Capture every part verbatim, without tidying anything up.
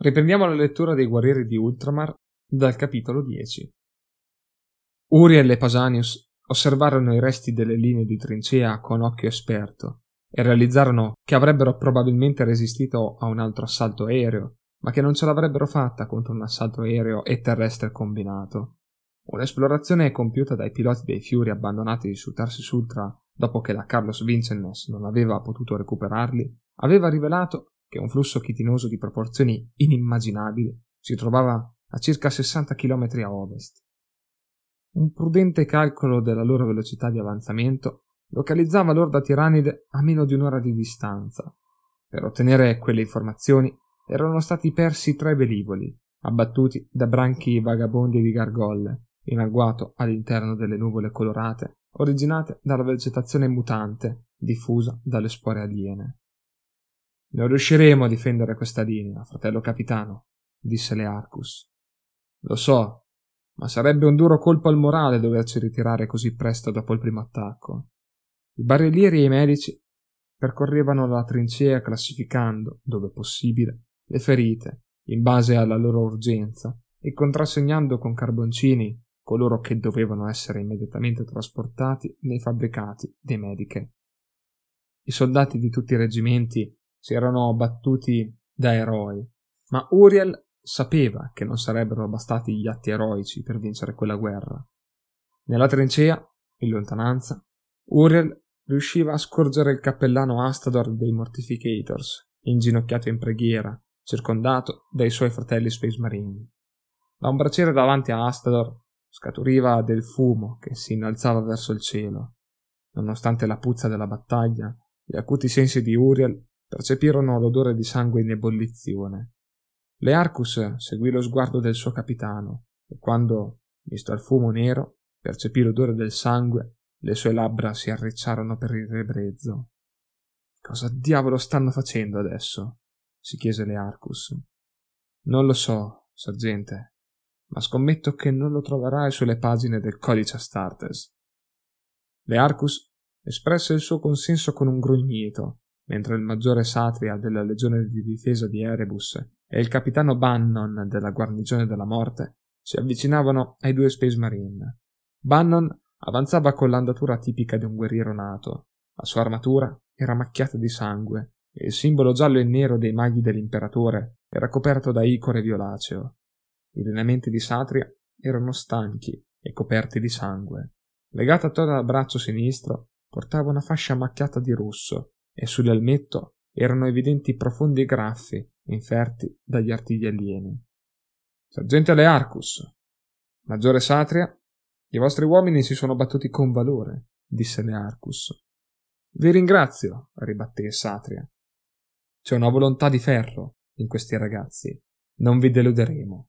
Riprendiamo la lettura dei guerrieri di Ultramar dal capitolo dieci. Uriel e Pausanias osservarono i resti delle linee di trincea con occhio esperto e realizzarono che avrebbero probabilmente resistito a un altro assalto aereo, ma che non ce l'avrebbero fatta contro un assalto aereo e terrestre combinato. Un'esplorazione compiuta dai piloti dei Fury abbandonati su Tarsis Ultra dopo che la Carlos Vincennes non aveva potuto recuperarli aveva rivelato che un flusso chitinoso di proporzioni inimmaginabili si trovava a circa sessanta chilometri a ovest. Un prudente calcolo della loro velocità di avanzamento localizzava l'orda tirannide a meno di un'ora di distanza. Per ottenere quelle informazioni erano stati persi tre velivoli, abbattuti da branchi vagabondi di gargolle, in agguato all'interno delle nuvole colorate, originate dalla vegetazione mutante diffusa dalle spore aliene. Non riusciremo a difendere questa linea, fratello capitano, disse Learchus. Lo so, ma sarebbe un duro colpo al morale doverci ritirare così presto dopo il primo attacco. I barellieri e i medici percorrevano la trincea classificando, dove possibile, le ferite, in base alla loro urgenza, e contrassegnando con carboncini coloro che dovevano essere immediatamente trasportati nei fabbricati dei mediche. I soldati di tutti i reggimenti si erano battuti da eroi, ma Uriel sapeva che non sarebbero bastati gli atti eroici per vincere quella guerra. Nella trincea, in lontananza, Uriel riusciva a scorgere il cappellano Astador dei Mortificators, inginocchiato in preghiera, circondato dai suoi fratelli Space Marine. Da un braciere davanti a Astador scaturiva del fumo che si innalzava verso il cielo. Nonostante la puzza della battaglia, gli acuti sensi di Uriel percepirono l'odore di sangue in ebollizione. Learchus seguì lo sguardo del suo capitano e quando, visto il fumo nero, percepì l'odore del sangue, le sue labbra si arricciarono per il ribrezzo. «Cosa diavolo stanno facendo adesso?» si chiese Learchus. «Non lo so, sergente, ma scommetto che non lo troverai sulle pagine del codice Astartes». Learchus espresse il suo consenso con un grugnito, mentre il maggiore Satria della legione di difesa di Erebus e il capitano Bannon della guarnigione della morte si avvicinavano ai due Space Marine. Bannon avanzava con l'andatura tipica di un guerriero nato. La sua armatura era macchiata di sangue e il simbolo giallo e nero dei maghi dell'imperatore era coperto da icore violaceo. I lineamenti di Satria erano stanchi e coperti di sangue. Legata attorno al braccio sinistro portava una fascia macchiata di rosso e sull'elmetto erano evidenti profondi graffi inferti dagli artigli alieni. «Sergente Learchus, maggiore Satria, i vostri uomini si sono battuti con valore», disse Learchus. «Vi ringrazio», ribatté Satria. «C'è una volontà di ferro in questi ragazzi. Non vi deluderemo».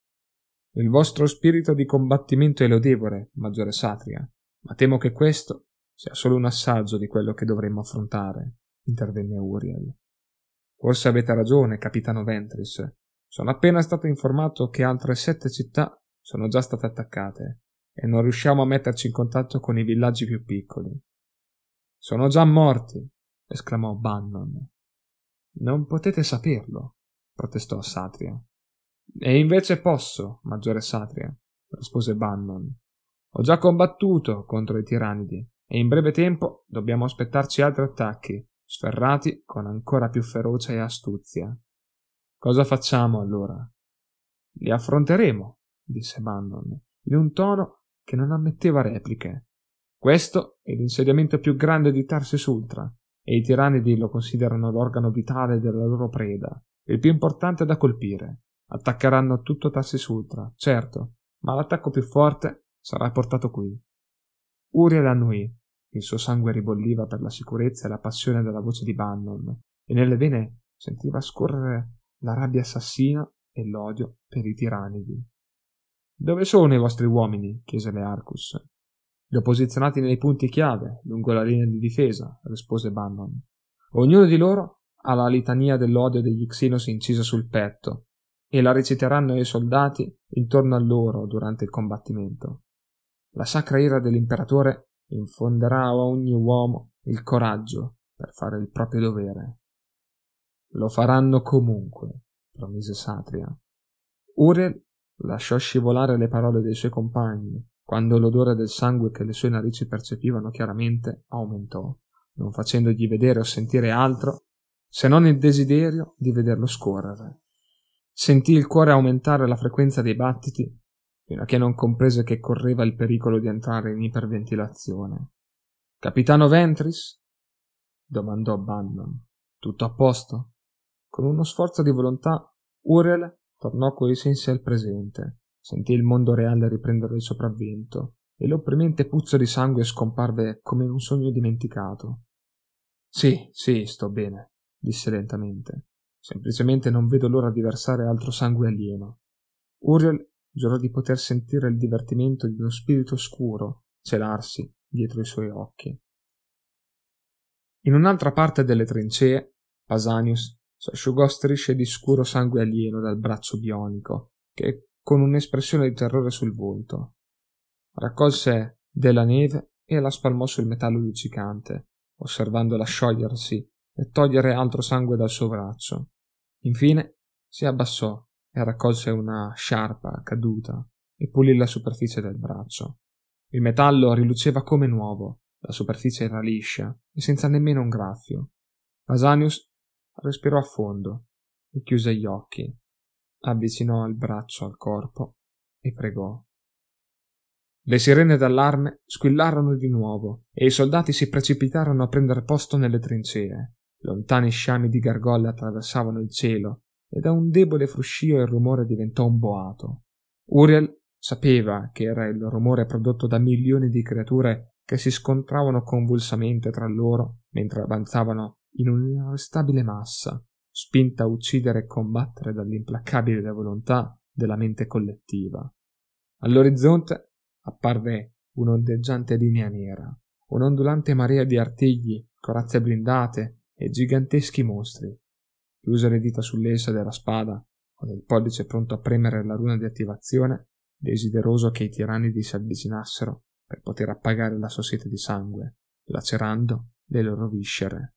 «Il vostro spirito di combattimento è lodevole, maggiore Satria, ma temo che questo sia solo un assaggio di quello che dovremmo affrontare», intervenne Uriel. «Forse avete ragione, capitano Ventris. Sono appena stato informato che altre sette città sono già state attaccate e non riusciamo a metterci in contatto con i villaggi più piccoli». «Sono già morti», esclamò Bannon. «Non potete saperlo», protestò Satria. «E invece posso, maggiore Satria», rispose Bannon. «Ho già combattuto contro i tirannidi e in breve tempo dobbiamo aspettarci altri attacchi, sferrati con ancora più ferocia e astuzia. Cosa facciamo allora?» «Li affronteremo», disse Bannon, in un tono che non ammetteva repliche. «Questo è l'insediamento più grande di Tarsis Ultra e i tirannidi lo considerano l'organo vitale della loro preda, il più importante da colpire. Attaccheranno tutto Tarsis Ultra, certo, ma l'attacco più forte sarà portato qui». Uriel annuì. Il suo sangue ribolliva per la sicurezza e la passione della voce di Bannon, e nelle vene sentiva scorrere la rabbia assassina e l'odio per i tirannidi. «Dove sono i vostri uomini?» chiese Learchus. «Li ho posizionati nei punti chiave, lungo la linea di difesa», rispose Bannon. «Ognuno di loro ha la litania dell'odio degli Xenos incisa sul petto, e la reciteranno i soldati intorno a loro durante il combattimento. La sacra ira dell'imperatore infonderà a ogni uomo il coraggio per fare il proprio dovere. Lo faranno comunque, promise Satria. Uriel lasciò scivolare le parole dei suoi compagni, quando l'odore del sangue che le sue narici percepivano chiaramente aumentò, non facendogli vedere o sentire altro se non il desiderio di vederlo scorrere. Sentì il cuore aumentare la frequenza dei battiti fino a che non comprese che correva il pericolo di entrare in iperventilazione. «Capitano Ventris?» domandò Bannon. «Tutto a posto?» Con uno sforzo di volontà, Uriel tornò coi sensi al presente, sentì il mondo reale riprendere il sopravvento e l'opprimente puzzo di sangue scomparve come in un sogno dimenticato. «Sì, sì, sto bene», disse lentamente. «Semplicemente non vedo l'ora di versare altro sangue alieno». Uriel giurò di poter sentire il divertimento di uno spirito oscuro celarsi dietro i suoi occhi. In un'altra parte delle trincee, Pausanias s'asciugò strisce di scuro sangue alieno dal braccio bionico, che con un'espressione di terrore sul volto raccolse della neve e la spalmò sul metallo luccicante, osservandola sciogliersi e togliere altro sangue dal suo braccio. Infine si abbassò e raccolse una sciarpa caduta e pulì la superficie del braccio. Il metallo riluceva come nuovo, la superficie era liscia e senza nemmeno un graffio. Pausanias respirò a fondo e chiuse gli occhi, avvicinò il braccio al corpo e pregò. Le sirene d'allarme squillarono di nuovo e i soldati si precipitarono a prendere posto nelle trincee. Lontani sciami di gargolle attraversavano il cielo e da un debole fruscio il rumore diventò un boato. Uriel sapeva che era il rumore prodotto da milioni di creature che si scontravano convulsamente tra loro mentre avanzavano in un'inarrestabile massa, spinta a uccidere e combattere dall'implacabile volontà della mente collettiva. All'orizzonte apparve un'ondeggiante linea nera, un'ondulante marea di artigli, corazze blindate e giganteschi mostri. Chiuse le dita sull'elsa della spada, con il pollice pronto a premere la runa di attivazione, desideroso che i tirannidi si avvicinassero per poter appagare la sua sete di sangue, lacerando le loro viscere.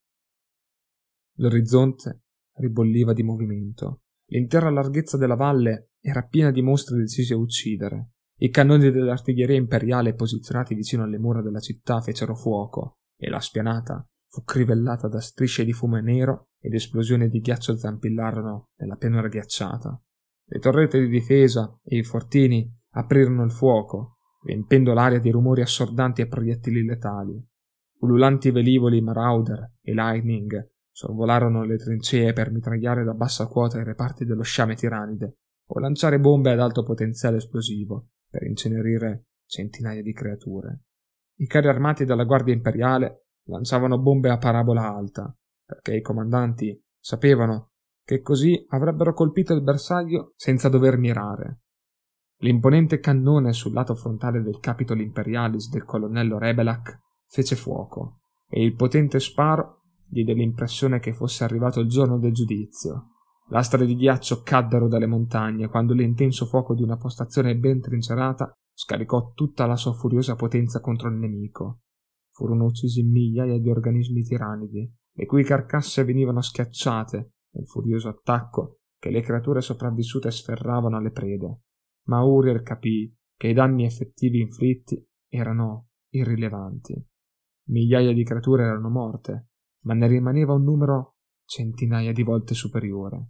L'orizzonte ribolliva di movimento. L'intera larghezza della valle era piena di mostri decisi a uccidere. I cannoni dell'artiglieria imperiale posizionati vicino alle mura della città fecero fuoco e la spianata fu crivellata da strisce di fumo nero ed esplosioni di ghiaccio zampillarono nella pianura ghiacciata. Le torrette di difesa e i fortini aprirono il fuoco, riempendo l'aria di rumori assordanti e proiettili letali. Ululanti velivoli Marauder e Lightning sorvolarono le trincee per mitragliare da bassa quota i reparti dello sciame tirannide o lanciare bombe ad alto potenziale esplosivo per incenerire centinaia di creature. I carri armati della Guardia Imperiale lanciavano bombe a parabola alta, perché i comandanti sapevano che così avrebbero colpito il bersaglio senza dover mirare. L'imponente cannone sul lato frontale del Capitol Imperialis del colonnello Rebelak fece fuoco, e il potente sparo diede l'impressione che fosse arrivato il giorno del giudizio. Lastre di ghiaccio caddero dalle montagne quando l'intenso fuoco di una postazione ben trincerata scaricò tutta la sua furiosa potenza contro il nemico. Furono uccisi migliaia di organismi tirannidi, le cui carcasse venivano schiacciate nel furioso attacco che le creature sopravvissute sferravano alle prede. Ma Uriel capì che i danni effettivi inflitti erano irrilevanti. Migliaia di creature erano morte, ma ne rimaneva un numero centinaia di volte superiore.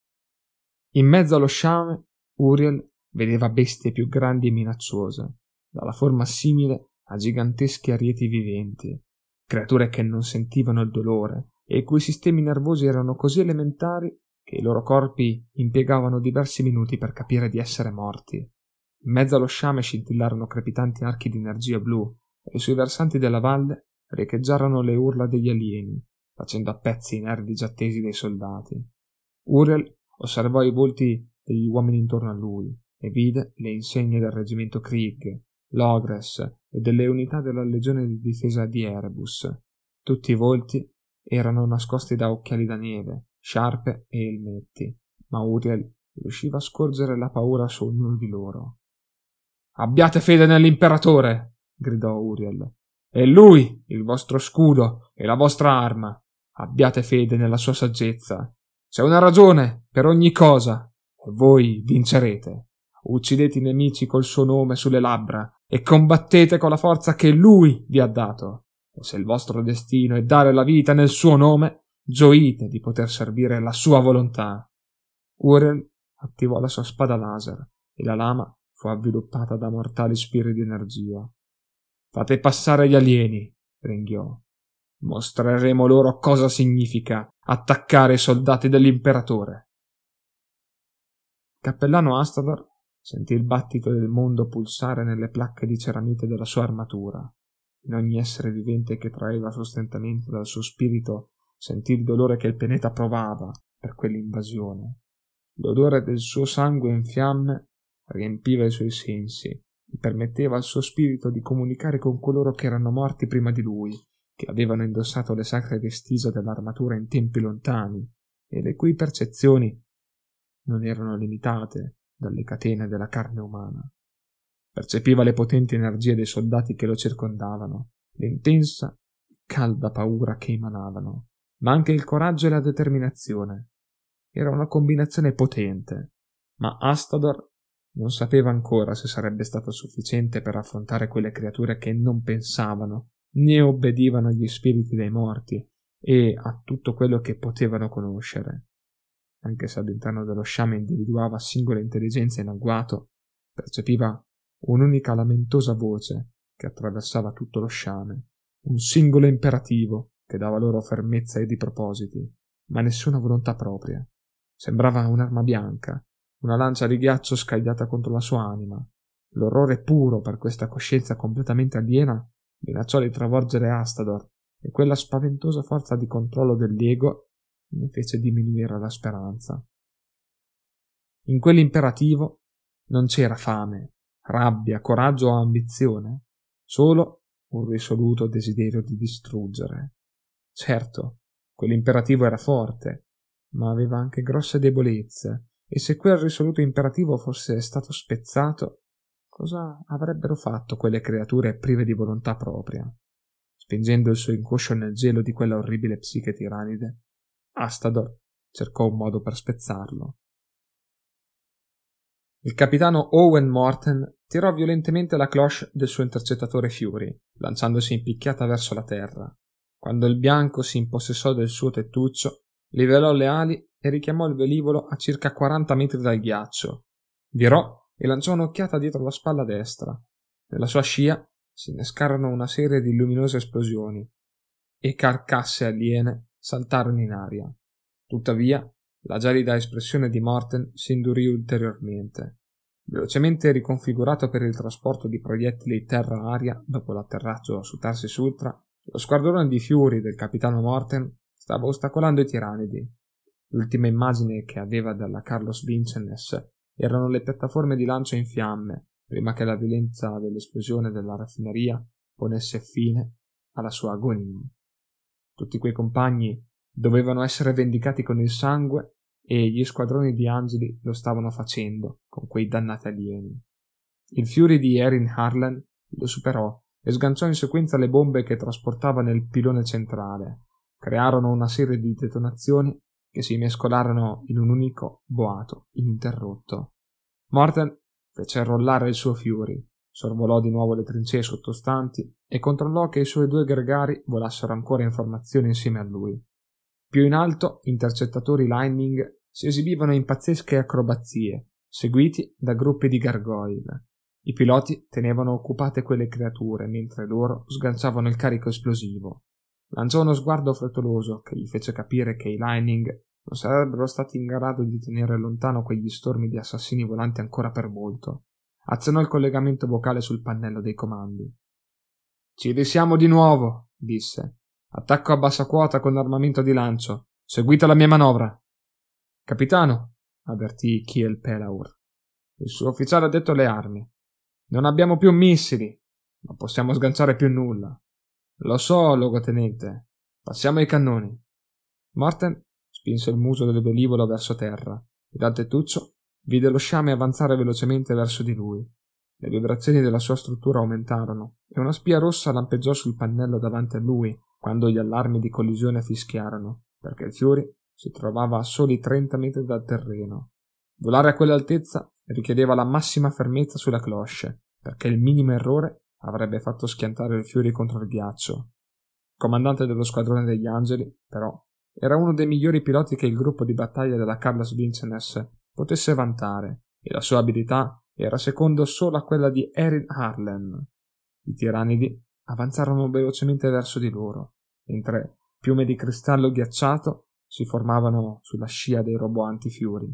In mezzo allo sciame, Uriel vedeva bestie più grandi e minacciose, dalla forma simile a giganteschi arieti viventi, creature che non sentivano il dolore e i cui sistemi nervosi erano così elementari che i loro corpi impiegavano diversi minuti per capire di essere morti. In mezzo allo sciame scintillarono crepitanti archi di energia blu e sui versanti della valle riecheggiarono le urla degli alieni, facendo a pezzi i nervi già tesi dei soldati. Uriel osservò i volti degli uomini intorno a lui e vide le insegne del reggimento Krieg, Logres e delle unità della legione di difesa di Erebus. Tutti i volti erano nascosti da occhiali da neve, sciarpe e elmetti, ma Uriel riusciva a scorgere la paura su ognuno di loro. «Abbiate fede nell'imperatore!» gridò Uriel. «È lui il vostro scudo e la vostra arma. Abbiate fede nella sua saggezza. C'è una ragione per ogni cosa e voi vincerete. Uccidete i nemici col suo nome sulle labbra e combattete con la forza che lui vi ha dato. E se il vostro destino è dare la vita nel suo nome, gioite di poter servire la sua volontà. Uriel attivò la sua spada laser e la lama fu avviluppata da mortali spiri di energia. Fate passare gli alieni, ringhiò. Mostreremo loro cosa significa attaccare i soldati dell'imperatore. Il cappellano Astador sentì il battito del mondo pulsare nelle placche di ceramite della sua armatura. In ogni essere vivente che traeva sostentamento dal suo spirito sentì il dolore che il pianeta provava per quell'invasione. L'odore del suo sangue in fiamme riempiva i suoi sensi e permetteva al suo spirito di comunicare con coloro che erano morti prima di lui, che avevano indossato le sacre vestise dell'armatura in tempi lontani e le cui percezioni non erano limitate dalle catene della carne umana. Percepiva le potenti energie dei soldati che lo circondavano, l'intensa e calda paura che emanavano, ma anche il coraggio e la determinazione. Era una combinazione potente, ma Astador non sapeva ancora se sarebbe stato sufficiente per affrontare quelle creature che non pensavano né obbedivano agli spiriti dei morti e a tutto quello che potevano conoscere. Anche se all'interno dello sciame individuava singole intelligenze in agguato, percepiva un'unica lamentosa voce che attraversava tutto lo sciame, un singolo imperativo che dava loro fermezza e di propositi, ma nessuna volontà propria. Sembrava un'arma bianca, una lancia di ghiaccio scagliata contro la sua anima. L'orrore puro per questa coscienza completamente aliena minacciò di travolgere Astador e quella spaventosa forza di controllo dell'ego ne fece diminuire la speranza. In quell'imperativo non c'era fame, rabbia, coraggio o ambizione, solo un risoluto desiderio di distruggere. Certo, quell'imperativo era forte, ma aveva anche grosse debolezze, e se quel risoluto imperativo fosse stato spezzato, cosa avrebbero fatto quelle creature prive di volontà propria? Spingendo il suo inconscio nel gelo di quella orribile psiche tiranide, Astador cercò un modo per spezzarlo. Il capitano Owen Morten tirò violentemente la cloche del suo intercettatore Fury, lanciandosi in picchiata verso la terra. Quando il bianco si impossessò del suo tettuccio, livelò le ali e richiamò il velivolo a circa quaranta metri dal ghiaccio. Virò e lanciò un'occhiata dietro la spalla destra. Nella sua scia si innescarono una serie di luminose esplosioni e carcasse aliene saltarono in aria. Tuttavia, la gelida espressione di Morten si indurì ulteriormente. Velocemente riconfigurato per il trasporto di proiettili terra-aria dopo l'atterraggio su Tarsis Ultra, lo squadrone di Fury del capitano Morten stava ostacolando i tiranidi. L'ultima immagine che aveva dalla Carlos Vincennes erano le piattaforme di lancio in fiamme, prima che la violenza dell'esplosione della raffineria ponesse fine alla sua agonia. Tutti quei compagni dovevano essere vendicati con il sangue e gli squadroni di angeli lo stavano facendo con quei dannati alieni. Il Fury di Erin Harlan lo superò e sganciò in sequenza le bombe che trasportava nel pilone centrale. Crearono una serie di detonazioni che si mescolarono in un unico boato ininterrotto. Morten fece rollare il suo Fury, sorvolò di nuovo le trincee sottostanti e controllò che i suoi due gregari volassero ancora in formazione insieme a lui. Più in alto, intercettatori Lightning si esibivano in pazzesche acrobazie, seguiti da gruppi di gargoyle. I piloti tenevano occupate quelle creature mentre loro sganciavano il carico esplosivo. Lanciò uno sguardo frettoloso che gli fece capire che i Lightning non sarebbero stati in grado di tenere lontano quegli stormi di assassini volanti ancora per molto. Azionò il collegamento vocale sul pannello dei comandi. «Ci risiamo di nuovo», disse. «Attacco a bassa quota con armamento di lancio. Seguite la mia manovra». «Capitano», avvertì Kiel Pelaur. Il suo ufficiale ha detto alle armi. «Non abbiamo più missili, ma possiamo sganciare più nulla». «Lo so, luogotenente. Passiamo ai cannoni». Morten spinse il muso del velivolo verso terra e dal tettuccio vide lo sciame avanzare velocemente verso di lui. Le vibrazioni della sua struttura aumentarono e una spia rossa lampeggiò sul pannello davanti a lui quando gli allarmi di collisione fischiarono, perché il Fury si trovava a soli trenta metri dal terreno. Volare a quell'altezza richiedeva la massima fermezza sulla cloche, perché il minimo errore avrebbe fatto schiantare il Fury contro il ghiaccio. Il comandante dello squadrone degli Angeli, però, era uno dei migliori piloti che il gruppo di battaglia della Carlos Vincennes potesse vantare, e la sua abilità era secondo solo a quella di Erin Harlan. I tiranidi avanzarono velocemente verso di loro, mentre piume di cristallo ghiacciato si formavano sulla scia dei roboanti Fury.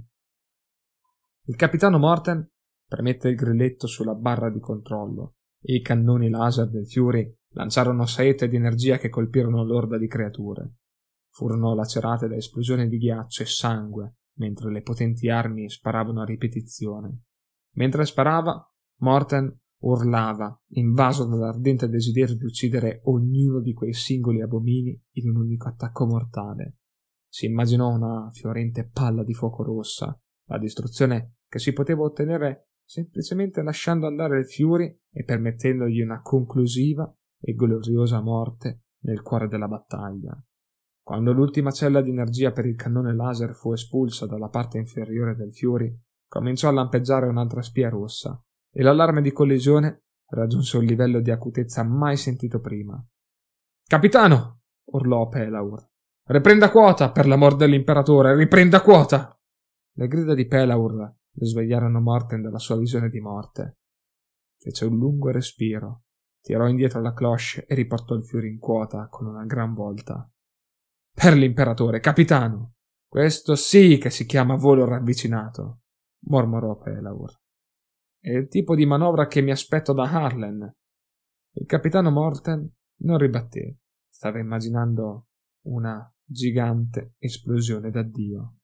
Il capitano Morten premette il grilletto sulla barra di controllo e i cannoni laser del Fury lanciarono saette di energia che colpirono l'orda di creature. Furono lacerate da esplosioni di ghiaccio e sangue, mentre le potenti armi sparavano a ripetizione. Mentre sparava, Morten urlava, invaso dall'ardente desiderio di uccidere ognuno di quei singoli abomini in un unico attacco mortale. Si immaginò una fiorente palla di fuoco rossa, la distruzione che si poteva ottenere semplicemente lasciando andare il Fury e permettendogli una conclusiva e gloriosa morte nel cuore della battaglia. Quando l'ultima cella di energia per il cannone laser fu espulsa dalla parte inferiore del Fury, cominciò a lampeggiare un'altra spia rossa, e l'allarme di collisione raggiunse un livello di acutezza mai sentito prima. «Capitano!» urlò Pelaur. «Riprenda quota, per l'amor dell'imperatore, riprenda quota!» Le grida di Pelaur le svegliarono Morten dalla sua visione di morte. Fece un lungo respiro, tirò indietro la cloche e riportò il Fury in quota con una gran volta. «Per l'imperatore, capitano! Questo sì che si chiama volo ravvicinato!» mormorò Pelaur. «È il tipo di manovra che mi aspetto da Harlan!» Il capitano Morten non ribatté, stava immaginando una gigante esplosione d'addio.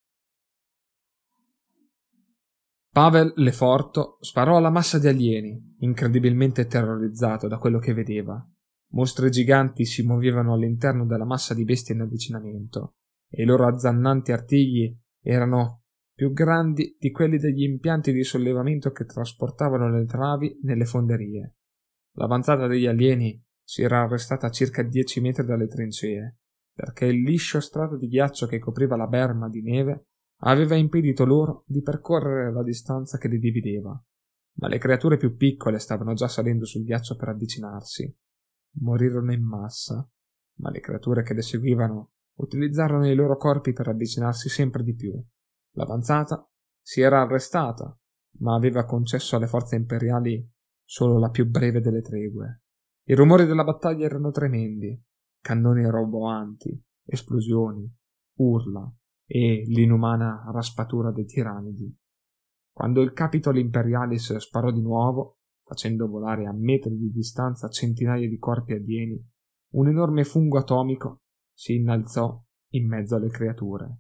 Pavel Leforto sparò alla massa di alieni, incredibilmente terrorizzato da quello che vedeva. Mostri giganti si muovevano all'interno della massa di bestie in avvicinamento, e i loro azzannanti artigli erano più grandi di quelli degli impianti di sollevamento che trasportavano le travi nelle fonderie. L'avanzata degli alieni si era arrestata a circa dieci metri dalle trincee, perché il liscio strato di ghiaccio che copriva la berma di neve aveva impedito loro di percorrere la distanza che li divideva. Ma le creature più piccole stavano già salendo sul ghiaccio per avvicinarsi. Morirono in massa, ma le creature che le seguivano utilizzarono i loro corpi per avvicinarsi sempre di più. L'avanzata si era arrestata, ma aveva concesso alle forze imperiali solo la più breve delle tregue. I rumori della battaglia erano tremendi: cannoni roboanti, esplosioni, urla e l'inumana raspatura dei tiranidi. Quando il Capitol Imperialis sparò di nuovo, facendo volare a metri di distanza centinaia di corpi alieni, un enorme fungo atomico si innalzò in mezzo alle creature.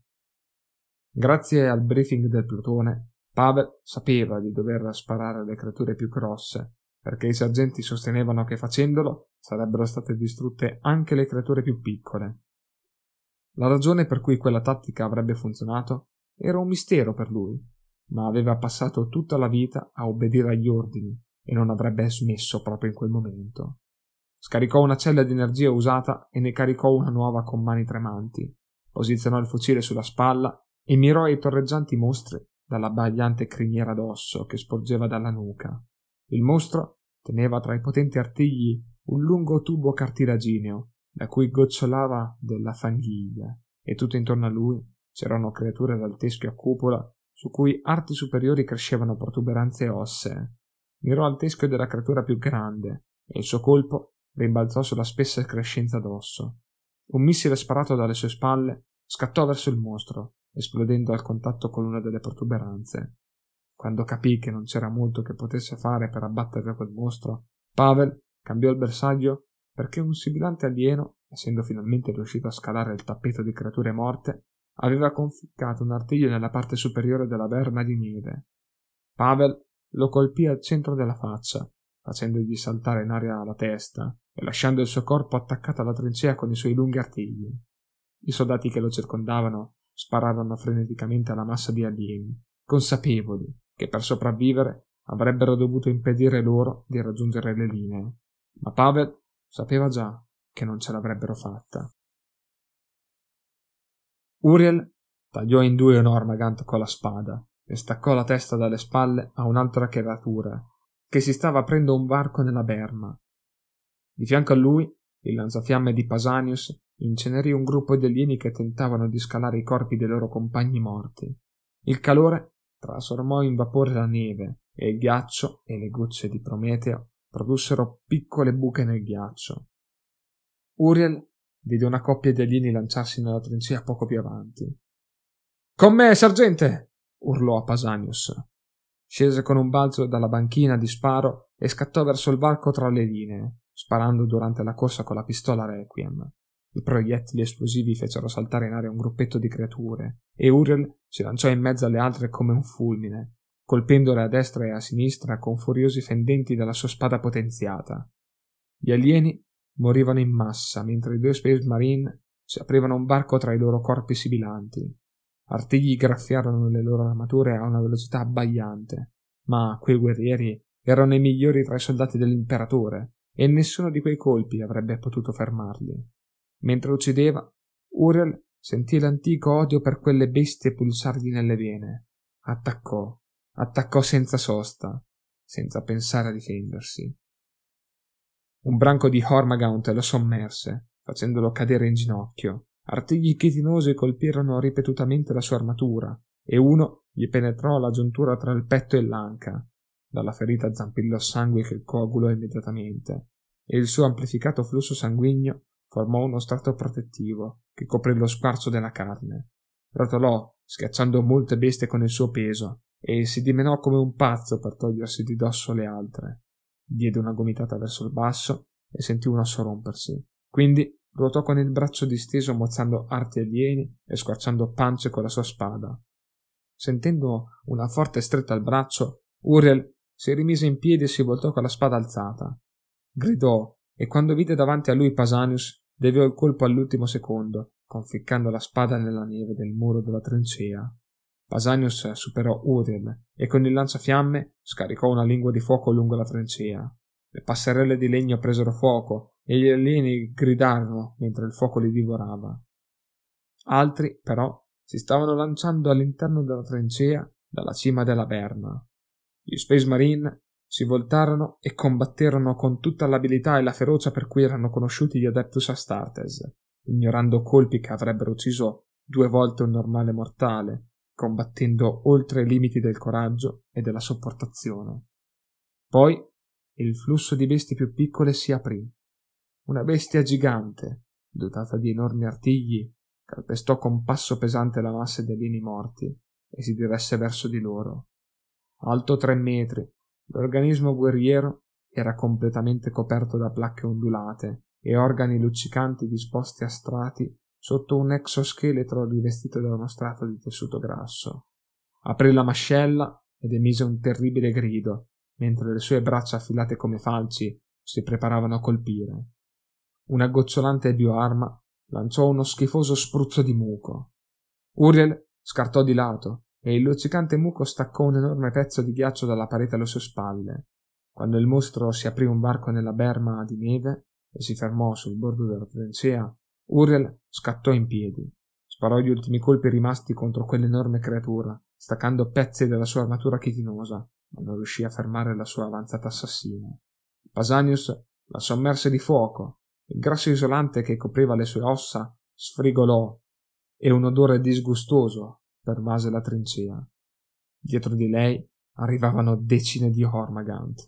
Grazie al briefing del plotone, Pavel sapeva di dover sparare alle creature più grosse, perché i sergenti sostenevano che facendolo sarebbero state distrutte anche le creature più piccole. La ragione per cui quella tattica avrebbe funzionato era un mistero per lui, ma aveva passato tutta la vita a obbedire agli ordini e non avrebbe smesso proprio in quel momento. Scaricò una cella di energia usata e ne caricò una nuova con mani tremanti, posizionò il fucile sulla spalla e mirò ai torreggianti mostri dalla abbagliante criniera d'osso che sporgeva dalla nuca. Il mostro teneva tra i potenti artigli un lungo tubo cartilagineo da cui gocciolava della fanghiglia, e tutto intorno a lui c'erano creature dal teschio a cupola su cui arti superiori crescevano protuberanze ossee. Mirò al teschio della creatura più grande e il suo colpo rimbalzò sulla spessa crescenza d'osso. Un missile sparato dalle sue spalle scattò verso il mostro, esplodendo al contatto con una delle protuberanze. Quando capì che non c'era molto che potesse fare per abbattere quel mostro, Pavel cambiò il bersaglio perché un sibilante alieno, essendo finalmente riuscito a scalare il tappeto di creature morte, aveva conficcato un artiglio nella parte superiore della berma di neve. Pavel lo colpì al centro della faccia, facendogli saltare in aria la testa e lasciando il suo corpo attaccato alla trincea con i suoi lunghi artigli. I soldati che lo circondavano spararono freneticamente alla massa di alieni, consapevoli che per sopravvivere avrebbero dovuto impedire loro di raggiungere le linee, ma Pavel sapeva già che non ce l'avrebbero fatta. Uriel tagliò in due un Hormagant con la spada e staccò la testa dalle spalle a un'altra creatura che si stava aprendo un varco nella berma. Di fianco a lui, il lanzafiamme di Pausanias incenerì un gruppo di alieni che tentavano di scalare i corpi dei loro compagni morti. Il calore trasformò in vapore la neve e il ghiaccio e le gocce di Prometeo produssero piccole buche nel ghiaccio. Uriel vide una coppia di alieni lanciarsi nella trincea poco più avanti. «Con me, sergente!» urlò a Pausanias. Scese con un balzo dalla banchina di sparo e scattò verso il varco tra le linee, sparando durante la corsa con la pistola Requiem. I proiettili esplosivi fecero saltare in aria un gruppetto di creature e Uriel si lanciò in mezzo alle altre come un fulmine, colpendole a destra e a sinistra con furiosi fendenti della sua spada potenziata. Gli alieni morivano in massa mentre i due Space Marine si aprivano un varco tra i loro corpi sibilanti. Artigli graffiarono le loro armature a una velocità abbagliante, ma quei guerrieri erano i migliori tra i soldati dell'imperatore e nessuno di quei colpi avrebbe potuto fermarli. Mentre uccideva, Uriel sentì l'antico odio per quelle bestie pulsargli nelle vene. Attaccò, attaccò senza sosta, senza pensare a difendersi. Un branco di Hormagaunt lo sommerse, facendolo cadere in ginocchio. Artigli chitinosi colpirono ripetutamente la sua armatura e uno gli penetrò la giuntura tra il petto e l'anca. Dalla ferita zampillò sangue che coagulò immediatamente e il suo amplificato flusso sanguigno formò uno strato protettivo che coprì lo squarcio della carne. Rotolò, schiacciando molte bestie con il suo peso, e si dimenò come un pazzo per togliersi di dosso le altre. Diede una gomitata verso il basso e sentì un osso rompersi. Quindi ruotò con il braccio disteso mozzando arti alieni e squarciando pance con la sua spada. Sentendo una forte stretta al braccio, Uriel si rimise in piedi e si voltò con la spada alzata. Gridò e quando vide davanti a lui Pausanias deviò il colpo all'ultimo secondo, conficcando la spada nella neve del muro della trincea. Pausanias superò Uriel e con il lanciafiamme scaricò una lingua di fuoco lungo la trincea. Le passerelle di legno presero fuoco e gli alieni gridarono mentre il fuoco li divorava. Altri, però, si stavano lanciando all'interno della trincea dalla cima della berma. Gli Space Marine si voltarono e combatterono con tutta l'abilità e la ferocia per cui erano conosciuti gli Adeptus Astartes, ignorando colpi che avrebbero ucciso due volte un normale mortale, combattendo oltre i limiti del coraggio e della sopportazione. Poi il flusso di bestie più piccole si aprì. Una bestia gigante, dotata di enormi artigli, calpestò con passo pesante la massa degli alieni morti e si diresse verso di loro. Alto tre metri, l'organismo guerriero era completamente coperto da placche ondulate e organi luccicanti disposti a strati sotto un exoscheletro rivestito da uno strato di tessuto grasso. Aprì la mascella ed emise un terribile grido, mentre le sue braccia affilate come falci si preparavano a colpire. Una gocciolante bioarma lanciò uno schifoso spruzzo di muco. Uriel scartò di lato e il luccicante muco staccò un enorme pezzo di ghiaccio dalla parete alle sue spalle. Quando il mostro si aprì un varco nella berma di neve e si fermò sul bordo della trincea, Uriel scattò in piedi, sparò gli ultimi colpi rimasti contro quell'enorme creatura, staccando pezzi della sua armatura chitinosa, ma non riuscì a fermare la sua avanzata assassina. Pausanias la sommerse di fuoco, il grasso isolante che copriva le sue ossa sfrigolò e un odore disgustoso pervase la trincea. Dietro di lei arrivavano decine di Hormagant.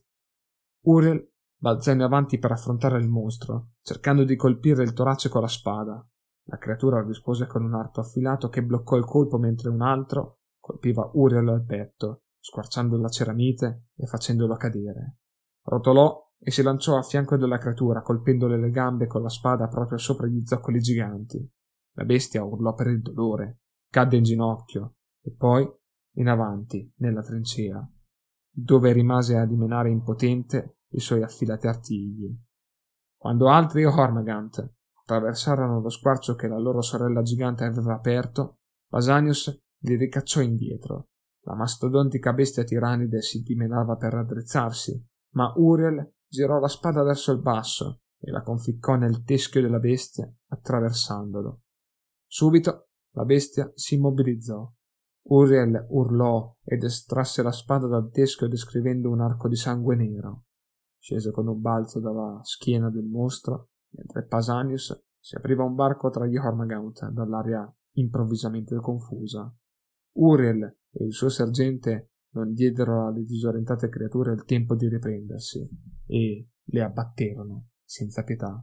Uriel balzò in avanti per affrontare il mostro, cercando di colpire il torace con la spada. La creatura rispose con un arto affilato che bloccò il colpo mentre un altro colpiva Uriel al petto, squarciando la ceramite e facendolo cadere. Rotolò e si lanciò a fianco della creatura, colpendole le gambe con la spada proprio sopra gli zoccoli giganti. La bestia urlò per il dolore, cadde in ginocchio e poi in avanti nella trincea, dove rimase a dimenare impotente i suoi affilati artigli. Quando altri Hormagant attraversarono lo squarcio che la loro sorella gigante aveva aperto, Pausanias li ricacciò indietro. La mastodontica bestia tiranide si dimenava per raddrizzarsi, ma Uriel girò la spada verso il basso e la conficcò nel teschio della bestia, attraversandolo. Subito la bestia si immobilizzò. Uriel urlò ed estrasse la spada dal teschio descrivendo un arco di sangue nero. Scese con un balzo dalla schiena del mostro, mentre Pausanias si apriva un varco tra gli Hormagaunth dall'aria improvvisamente confusa. Uriel e il suo sergente non diedero alle disorientate creature il tempo di riprendersi e le abbatterono senza pietà.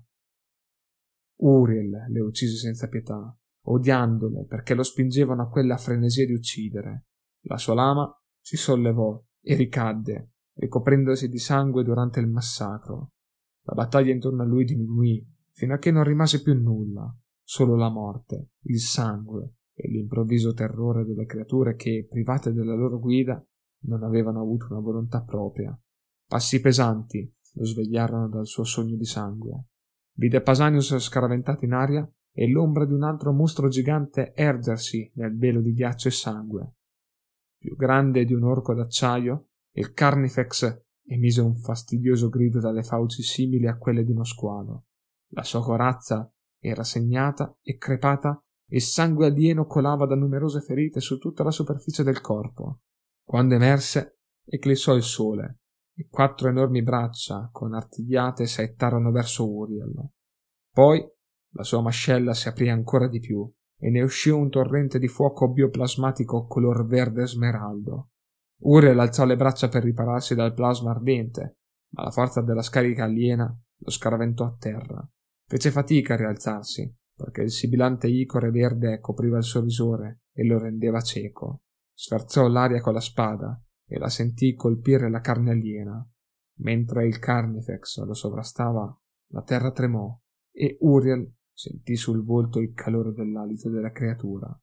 Uriel le uccise senza pietà, odiandole perché lo spingevano a quella frenesia di uccidere. La sua lama si sollevò e ricadde, ricoprendosi di sangue durante il massacro. La battaglia intorno a lui diminuì fino a che non rimase più nulla, solo la morte, il sangue e l'improvviso terrore delle creature che, private della loro guida, non avevano avuto una volontà propria. Passi pesanti lo svegliarono dal suo sogno di sangue. Vide Pausanias scaraventato in aria e l'ombra di un altro mostro gigante ergersi nel velo di ghiaccio e sangue. Più grande di un orco d'acciaio, il Carnifex emise un fastidioso grido dalle fauci simili a quelle di uno squalo. La sua corazza era segnata e crepata e sangue alieno colava da numerose ferite su tutta la superficie del corpo. Quando emerse, eclissò il sole e quattro enormi braccia con artigliate saettarono verso Uriel. Poi la sua mascella si aprì ancora di più e ne uscì un torrente di fuoco bioplasmatico color verde smeraldo. Uriel alzò le braccia per ripararsi dal plasma ardente, ma la forza della scarica aliena lo scaraventò a terra. Fece fatica a rialzarsi, perché il sibilante icore verde copriva il suo visore e lo rendeva cieco. Sferzò l'aria con la spada e la sentì colpire la carne aliena. Mentre il Carnifex lo sovrastava, la terra tremò e Uriel sentì sul volto il calore dell'alito della creatura.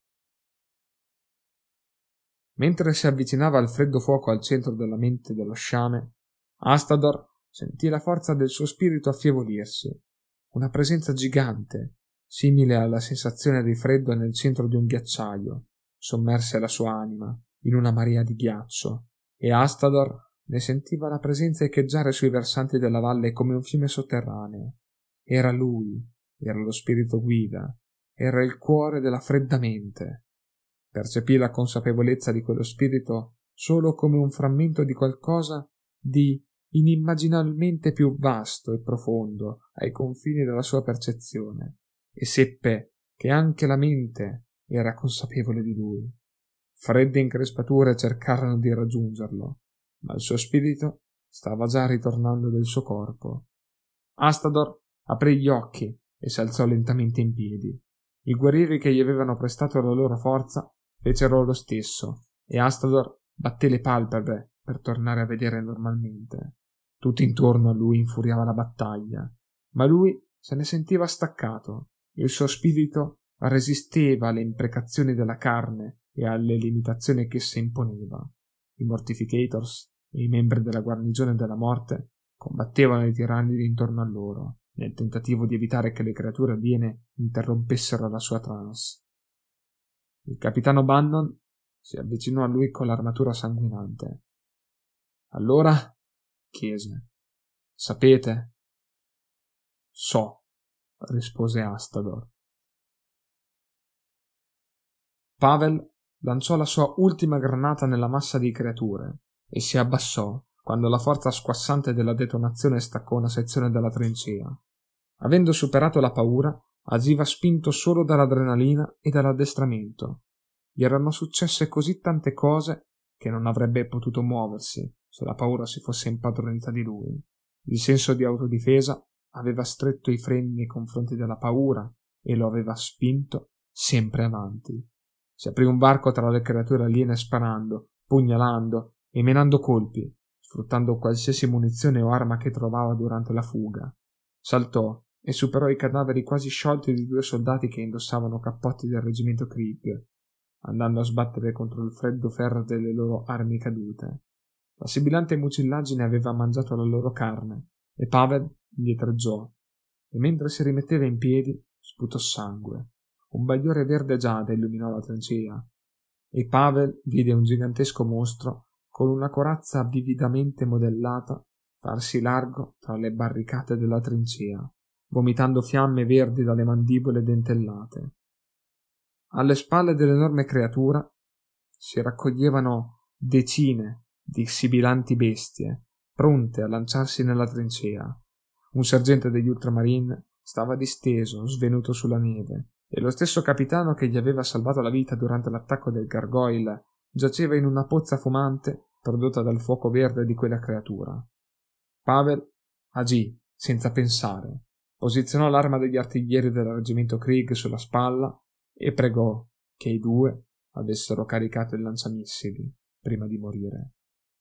Mentre si avvicinava al freddo fuoco al centro della mente dello sciame, Astador sentì la forza del suo spirito affievolirsi. Una presenza gigante, simile alla sensazione di freddo nel centro di un ghiacciaio, sommerse la sua anima in una marea di ghiaccio, e Astador ne sentiva la presenza echeggiare sui versanti della valle come un fiume sotterraneo. Era lui, era lo spirito guida, era il cuore della fredda mente. Percepì la consapevolezza di quello spirito solo come un frammento di qualcosa di inimmaginabilmente più vasto e profondo ai confini della sua percezione, e seppe che anche la mente era consapevole di lui. Fredde increspature cercarono di raggiungerlo, ma il suo spirito stava già ritornando del suo corpo. Astador aprì gli occhi e si alzò lentamente in piedi. I guerrieri che gli avevano prestato la loro forza fecero lo stesso, e Astador batté le palpebre per tornare a vedere normalmente. Tutto intorno a lui infuriava la battaglia, ma lui se ne sentiva staccato. Il suo spirito resisteva alle imprecazioni della carne e alle limitazioni che essa imponeva. I Mortificators e i membri della guarnigione della morte combattevano i tiranni intorno a loro, nel tentativo di evitare che le creature aliene interrompessero la sua trance. Il capitano Bannon si avvicinò a lui con l'armatura sanguinante. Allora, chiese, sapete? So, rispose Astador. Pavel lanciò la sua ultima granata nella massa di creature e si abbassò quando la forza squassante della detonazione staccò una sezione della trincea. Avendo superato la paura, agiva spinto solo dall'adrenalina e dall'addestramento. Gli erano successe così tante cose che non avrebbe potuto muoversi se la paura si fosse impadronita di lui. Il senso di autodifesa aveva stretto i freni nei confronti della paura e lo aveva spinto sempre avanti. Si aprì un varco tra le creature aliene sparando, pugnalando e menando colpi, sfruttando qualsiasi munizione o arma che trovava durante la fuga. Saltò e superò i cadaveri quasi sciolti di due soldati che indossavano cappotti del reggimento Krieg, andando a sbattere contro il freddo ferro delle loro armi cadute. La sibilante mucillaggine aveva mangiato la loro carne e Pavel indietreggiò, e mentre si rimetteva in piedi sputò sangue. Un bagliore verde giada illuminò la trincea, e Pavel vide un gigantesco mostro con una corazza vividamente modellata farsi largo tra le barricate della trincea, vomitando fiamme verdi dalle mandibole dentellate. alle spalle dell'enorme creatura si raccoglievano decine di sibilanti bestie, pronte a lanciarsi nella trincea. Un sergente degli Ultramarine stava disteso, svenuto sulla neve, e lo stesso capitano che gli aveva salvato la vita durante l'attacco del Gargoyle giaceva in una pozza fumante prodotta dal fuoco verde di quella creatura. Pavel agì senza pensare, posizionò l'arma degli artiglieri del reggimento Krieg sulla spalla e pregò che i due avessero caricato il lanciamissili prima di morire.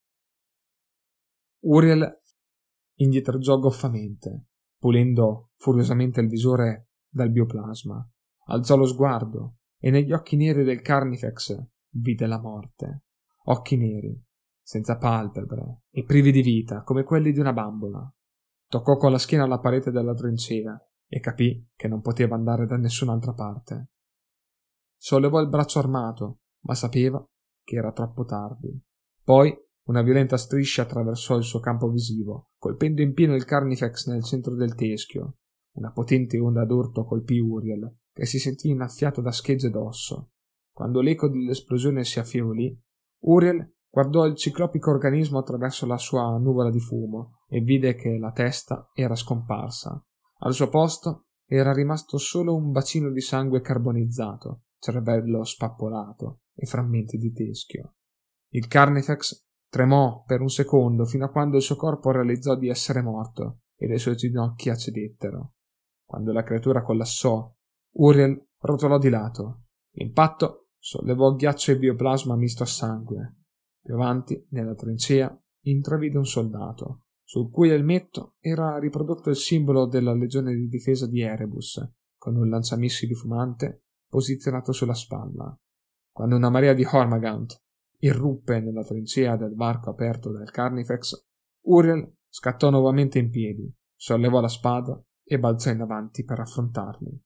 Uriel indietreggiò goffamente, pulendo furiosamente il visore dal bioplasma. Alzò lo sguardo e negli occhi neri del Carnifex vide la morte. Occhi neri, senza palpebre e privi di vita, come quelli di una bambola. Toccò con la schiena la parete della trincea e capì che non poteva andare da nessun'altra parte. Sollevò il braccio armato, ma sapeva che era troppo tardi. Poi una violenta striscia attraversò il suo campo visivo, colpendo in pieno il Carnifex nel centro del teschio. Una potente onda d'urto colpì Uriel, che si sentì innaffiato da schegge d'osso. Quando l'eco dell'esplosione si affievolì, Uriel guardò il ciclopico organismo attraverso la sua nuvola di fumo e vide che la testa era scomparsa. Al suo posto era rimasto solo un bacino di sangue carbonizzato, cervello spappolato e frammenti di teschio. Il Carnifex tremò per un secondo fino a quando il suo corpo realizzò di essere morto e le sue ginocchia cedettero. Quando la creatura collassò, Uriel rotolò di lato. L'impatto sollevò ghiaccio e bioplasma misto a sangue. Più avanti, nella trincea, intravide un soldato, sul cui elmetto era riprodotto il simbolo della legione di difesa di Erebus, con un lanciamissili fumante posizionato sulla spalla. Quando una marea di Hormagant irruppe nella trincea del varco aperto dal Carnifex, Uriel scattò nuovamente in piedi, sollevò la spada e balzò in avanti per affrontarli.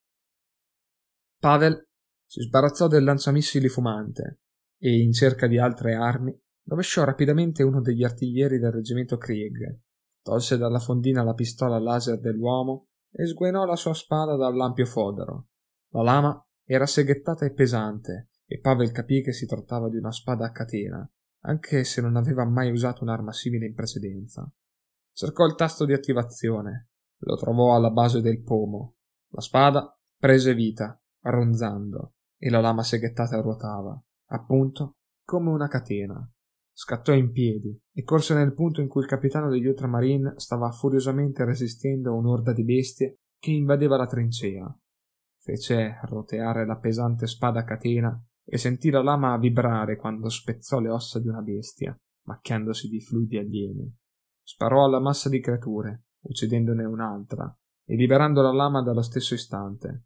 Pavel si sbarazzò del lanciamissili fumante e, in cerca di altre armi, rovesciò rapidamente uno degli artiglieri del reggimento Krieg, tolse dalla fondina la pistola laser dell'uomo e sguainò la sua spada dall'ampio fodero. La lama era seghettata e pesante, e Pavel capì che si trattava di una spada a catena, anche se non aveva mai usato un'arma simile in precedenza. Cercò il tasto di attivazione, lo trovò alla base del pomo. La spada prese vita, ronzando, e la lama seghettata ruotava, appunto come una catena. Scattò in piedi e corse nel punto in cui il capitano degli Ultramarine stava furiosamente resistendo a un'orda di bestie che invadeva la trincea. Fece roteare la pesante spada a catena e sentì la lama vibrare quando spezzò le ossa di una bestia, macchiandosi di fluidi alieni. Sparò alla massa di creature, uccidendone un'altra e liberando la lama dallo stesso istante.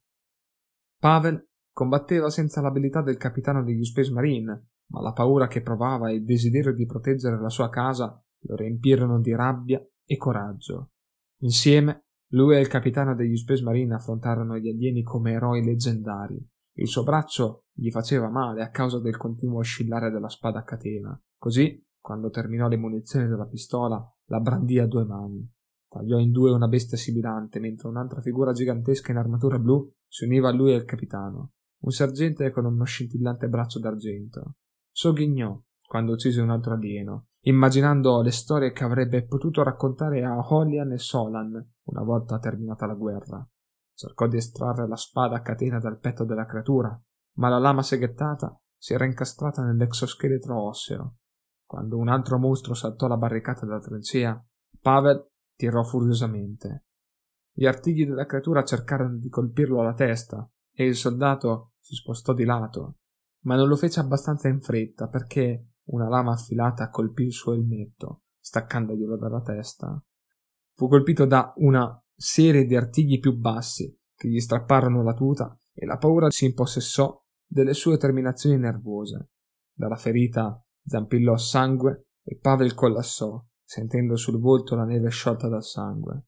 Pavel combatteva senza l'abilità del capitano degli Space Marine, ma la paura che provava e il desiderio di proteggere la sua casa lo riempirono di rabbia e coraggio. Insieme, lui e il capitano degli Space Marine affrontarono gli alieni come eroi leggendari. Il suo braccio gli faceva male a causa del continuo oscillare della spada a catena. Così, quando terminò le munizioni della pistola, la brandì a due mani. Tagliò in due una bestia sibilante, mentre un'altra figura gigantesca in armatura blu si univa a lui e al capitano, un sergente con uno scintillante braccio d'argento. Sogghignò quando uccise un altro alieno, immaginando le storie che avrebbe potuto raccontare a Holian e Solan una volta terminata la guerra. Cercò di estrarre la spada a catena dal petto della creatura, ma la lama seghettata si era incastrata nell'exoscheletro osseo. Quando un altro mostro saltò la barricata della trincea, Pavel tirò furiosamente. Gli artigli della creatura cercarono di colpirlo alla testa e il soldato si spostò di lato, ma non lo fece abbastanza in fretta perché una lama affilata colpì il suo elmetto, staccandoglielo dalla testa. Fu colpito da una serie di artigli più bassi che gli strapparono la tuta e la paura si impossessò delle sue terminazioni nervose. Dalla ferita zampillò sangue e Pavel collassò, sentendo sul volto la neve sciolta dal sangue.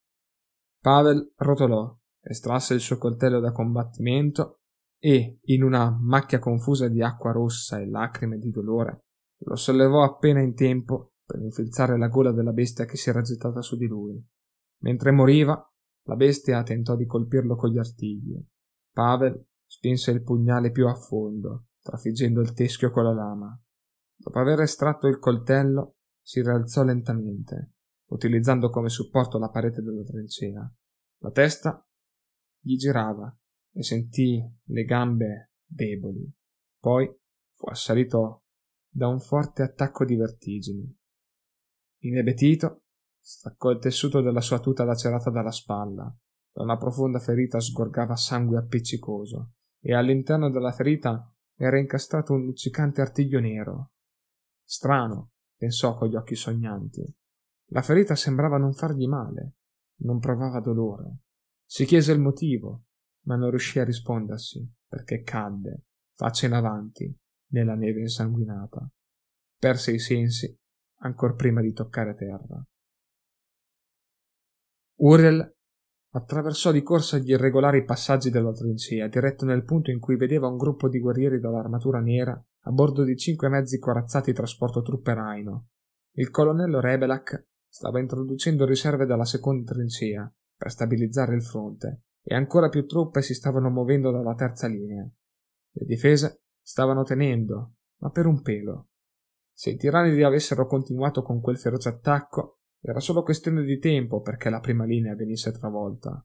Pavel rotolò, estrasse il suo coltello da combattimento e, in una macchia confusa di acqua rossa e lacrime di dolore, lo sollevò appena in tempo per infilzare la gola della bestia che si era gettata su di lui. Mentre moriva, la bestia tentò di colpirlo con gli artigli. Pavel spinse il pugnale più a fondo, trafiggendo il teschio con la lama. Dopo aver estratto il coltello, si rialzò lentamente, utilizzando come supporto la parete della trincea. La testa gli girava e sentì le gambe deboli. Poi fu assalito da un forte attacco di vertigini. Inebetito, staccò il tessuto della sua tuta lacerata dalla spalla. Da una profonda ferita sgorgava sangue appiccicoso e all'interno della ferita era incastrato un luccicante artiglio nero. Strano, pensò con gli occhi sognanti. La ferita sembrava non fargli male, non provava dolore. Si chiese il motivo, ma non riuscì a rispondersi, perché cadde, faccia in avanti, nella neve insanguinata. Perse i sensi ancor prima di toccare terra. Uriel attraversò di corsa gli irregolari passaggi della trincea, diretto nel punto in cui vedeva un gruppo di guerrieri dall'armatura nera a bordo di cinque mezzi corazzati trasporto truppe Rhino. Il colonnello Rebelak stava introducendo riserve dalla seconda trincea per stabilizzare il fronte, e ancora più truppe si stavano muovendo dalla terza linea. Le difese stavano tenendo, ma per un pelo. Se i tiranidi avessero continuato con quel feroce attacco, era solo questione di tempo perché la prima linea venisse travolta.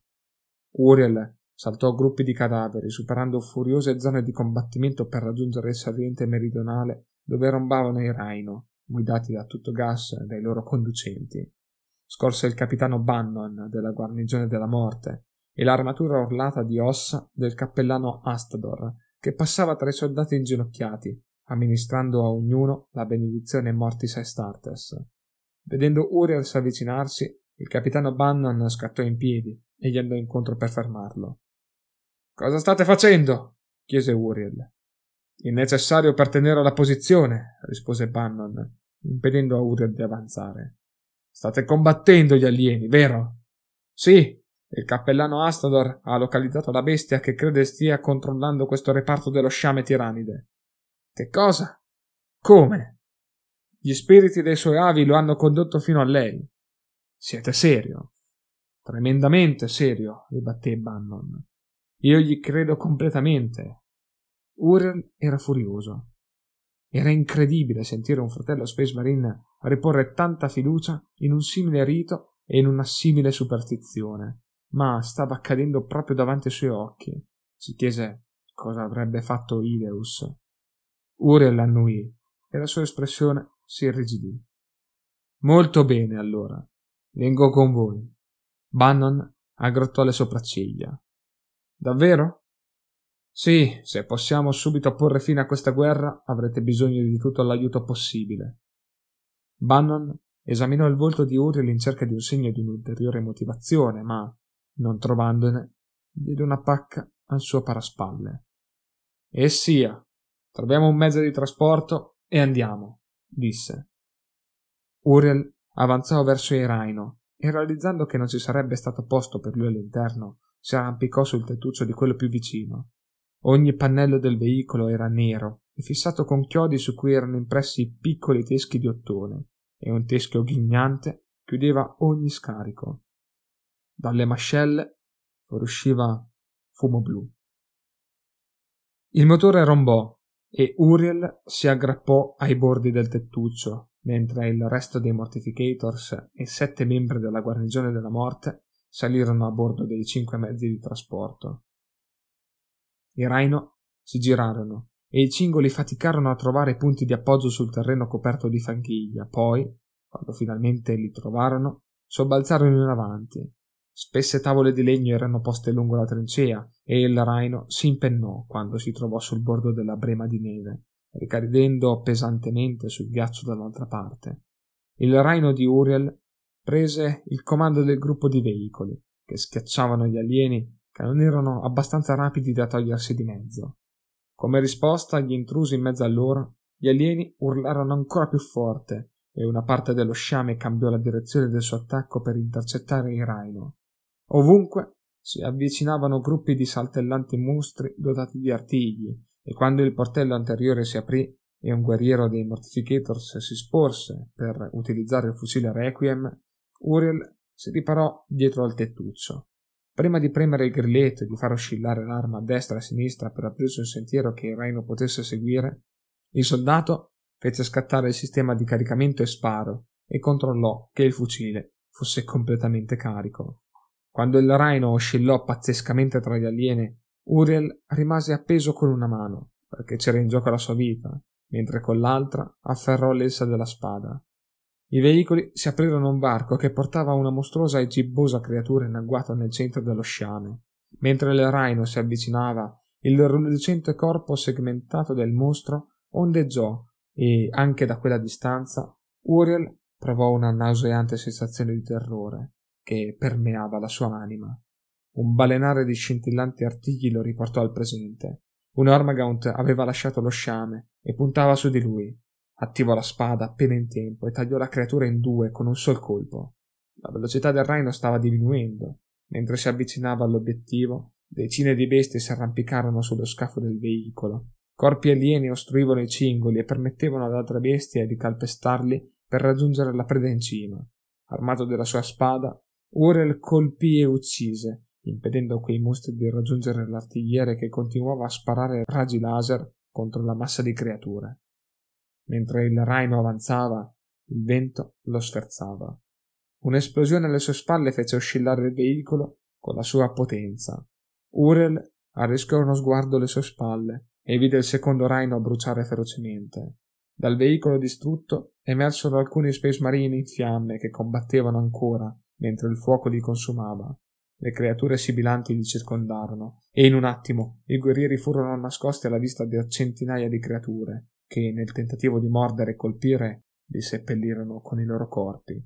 Uriel saltò gruppi di cadaveri, superando furiose zone di combattimento per raggiungere il saliente meridionale dove rombavano i Rhino, guidati da tutto gas dai loro conducenti. Scorse il capitano Bannon della guarnigione della morte e l'armatura orlata di ossa del cappellano Astador, che passava tra i soldati inginocchiati, amministrando a ognuno la benedizione Mortis Astartes. Vedendo Uriel avvicinarsi, il capitano Bannon scattò in piedi e gli andò incontro per fermarlo. «Cosa state facendo?» chiese Uriel. «Il necessario per tenere la posizione», rispose Bannon, impedendo a Uriel di avanzare. «State combattendo gli alieni, vero?» «Sì, il cappellano Astador ha localizzato la bestia che crede stia controllando questo reparto dello sciame tiranide». «Che cosa? Come?» «Gli spiriti dei suoi avi lo hanno condotto fino a lei». «Siete serio?» «Tremendamente serio», ribatté Bannon. «Io gli credo completamente». Uriel era furioso. Era incredibile sentire un fratello Space Marine riporre tanta fiducia in un simile rito e in una simile superstizione, ma stava accadendo proprio davanti ai suoi occhi. Si chiese cosa avrebbe fatto Ileus. Uriel annuì e la sua espressione si irrigidì. «Molto bene, allora. Vengo con voi». Bannon aggrottò le sopracciglia. «Davvero?» «Sì, se possiamo subito porre fine a questa guerra, avrete bisogno di tutto l'aiuto possibile». Bannon esaminò il volto di Uriel in cerca di un segno di un'ulteriore motivazione, ma, non trovandone, diede una pacca al suo paraspalle. «E sia, troviamo un mezzo di trasporto e andiamo», disse. Uriel avanzò verso i Rhino e, realizzando che non ci sarebbe stato posto per lui all'interno, si arrampicò sul tettuccio di quello più vicino. Ogni pannello del veicolo era nero e fissato con chiodi su cui erano impressi piccoli teschi di ottone, e un teschio ghignante chiudeva ogni scarico. Dalle mascelle fuoriusciva fumo blu. Il motore rombò e Uriel si aggrappò ai bordi del tettuccio, mentre il resto dei Mortificators e sette membri della guarnigione della morte salirono a bordo dei cinque mezzi di trasporto. I Rhino si girarono e i cingoli faticarono a trovare punti di appoggio sul terreno coperto di fanghiglia. Poi, quando finalmente li trovarono, sobbalzarono in avanti. Spesse tavole di legno erano poste lungo la trincea e il Rhino si impennò quando si trovò sul bordo della brema di neve, ricadendo pesantemente sul ghiaccio dall'altra parte. Il Rhino di Uriel prese il comando del gruppo di veicoli, che schiacciavano gli alieni che non erano abbastanza rapidi da togliersi di mezzo. Come risposta agli intrusi in mezzo a loro, gli alieni urlarono ancora più forte e una parte dello sciame cambiò la direzione del suo attacco per intercettare i Rhino. Ovunque si avvicinavano gruppi di saltellanti mostri dotati di artigli, e quando il portello anteriore si aprì e un guerriero dei Mortificators si sporse per utilizzare il fucile Requiem, Uriel si riparò dietro al tettuccio. Prima di premere il grilletto e di far oscillare l'arma a destra e a sinistra per aprirsi un sentiero che il rhino potesse seguire, il soldato fece scattare il sistema di caricamento e sparo e controllò che il fucile fosse completamente carico. Quando il rhino oscillò pazzescamente tra gli alieni, Uriel rimase appeso con una mano, perché c'era in gioco la sua vita, mentre con l'altra afferrò l'elsa della spada. I veicoli si aprirono un varco che portava una mostruosa e gibbosa creatura in agguato nel centro dello sciame. Mentre il rhino si avvicinava, il rilucente corpo segmentato del mostro ondeggiò e, anche da quella distanza, Uriel provò una nauseante sensazione di terrore che permeava la sua anima. Un balenare di scintillanti artigli lo riportò al presente. Un Hormagaunt aveva lasciato lo sciame e puntava su di lui. Attivò la spada appena in tempo e tagliò la creatura in due con un sol colpo. La velocità del rhino stava diminuendo. Mentre si avvicinava all'obiettivo, decine di bestie si arrampicarono sullo scafo del veicolo. Corpi alieni ostruivano i cingoli e permettevano ad altre bestie di calpestarli per raggiungere la preda in cima. Armato della sua spada, Uriel colpì e uccise, impedendo a quei mostri di raggiungere l'artigliere che continuava a sparare raggi laser contro la massa di creature. Mentre il rhino avanzava, il vento lo sferzava. Un'esplosione alle sue spalle fece oscillare il veicolo con la sua potenza. Uriel arrischiò uno sguardo alle sue spalle e vide il secondo rhino bruciare ferocemente. Dal veicolo distrutto emersero alcuni Space Marine in fiamme che combattevano ancora mentre il fuoco li consumava. Le creature sibilanti li circondarono e in un attimo i guerrieri furono nascosti alla vista di centinaia di creature che, nel tentativo di mordere e colpire, li seppellirono con i loro corpi.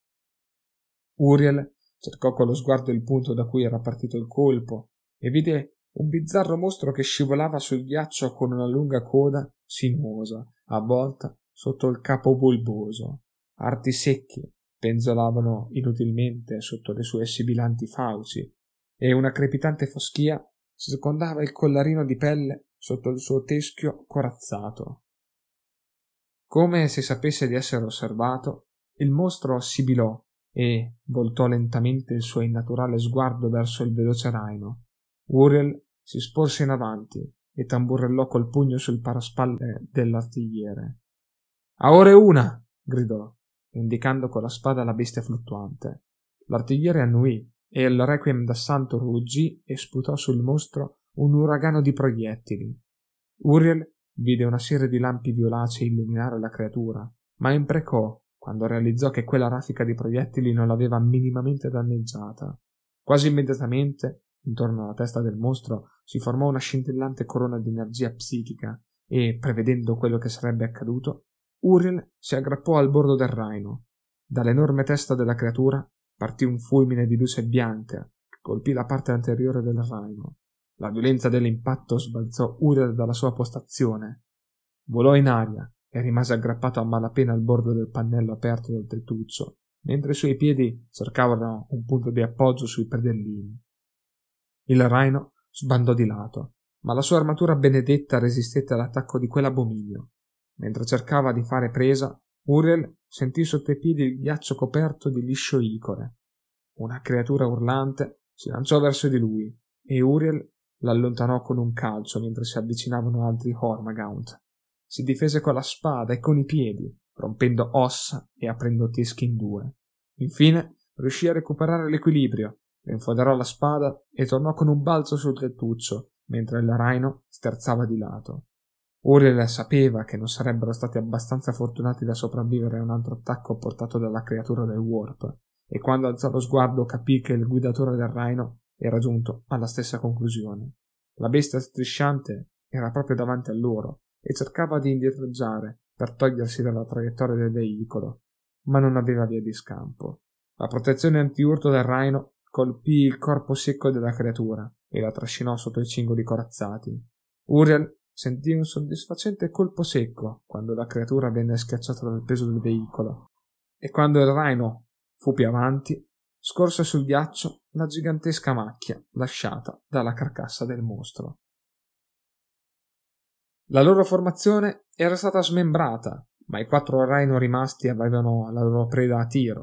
Uriel cercò con lo sguardo il punto da cui era partito il colpo e vide un bizzarro mostro che scivolava sul ghiaccio con una lunga coda sinuosa, avvolta sotto il capo bulboso. Arti secchi penzolavano inutilmente sotto le sue sibilanti fauci e una crepitante foschia circondava il collarino di pelle sotto il suo teschio corazzato. Come se sapesse di essere osservato, il mostro sibilò e voltò lentamente il suo innaturale sguardo verso il veloce rhino. Uriel si sporse in avanti e tamburellò col pugno sul paraspalle dell'artigliere. «A ore una!» gridò, indicando con la spada la bestia fluttuante. L'artigliere annuì e il requiem d'assalto ruggì e sputò sul mostro un uragano di proiettili. Uriel vide una serie di lampi violacei illuminare la creatura, ma imprecò quando realizzò che quella raffica di proiettili non l'aveva minimamente danneggiata. Quasi immediatamente, intorno alla testa del mostro, si formò una scintillante corona di energia psichica e, prevedendo quello che sarebbe accaduto, Uriel si aggrappò al bordo del rhino. Dall'enorme testa della creatura partì un fulmine di luce bianca che colpì la parte anteriore del rhino. La violenza dell'impatto sbalzò Uriel dalla sua postazione. Volò in aria e rimase aggrappato a malapena al bordo del pannello aperto del tettuccio, mentre i suoi piedi cercavano un punto di appoggio sui predellini. Il rhino sbandò di lato, ma la sua armatura benedetta resistette all'attacco di quell'abominio. Mentre cercava di fare presa, Uriel sentì sotto i piedi il ghiaccio coperto di liscio icore. Una creatura urlante si lanciò verso di lui e Uriel l'allontanò con un calcio mentre si avvicinavano altri Hormagaunt. Si difese con la spada e con i piedi, rompendo ossa e aprendo teschi in due. Infine riuscì a recuperare l'equilibrio, rinfoderò la spada e tornò con un balzo sul tettuccio, mentre il rhino sterzava di lato. Uriel sapeva che non sarebbero stati abbastanza fortunati da sopravvivere a un altro attacco portato dalla creatura del Warp, e quando alzò lo sguardo capì che il guidatore del rhino era giunto alla stessa conclusione. La bestia strisciante era proprio davanti a loro e cercava di indietreggiare per togliersi dalla traiettoria del veicolo, ma non aveva via di scampo. La protezione antiurto del rhino colpì il corpo secco della creatura e la trascinò sotto i cingoli corazzati. Uriel sentì un soddisfacente colpo secco quando la creatura venne schiacciata dal peso del veicolo, e quando il rhino fu più avanti, scorse sul ghiaccio la gigantesca macchia lasciata dalla carcassa del mostro. La loro formazione era stata smembrata, ma i quattro rhino rimasti avevano la loro preda a tiro.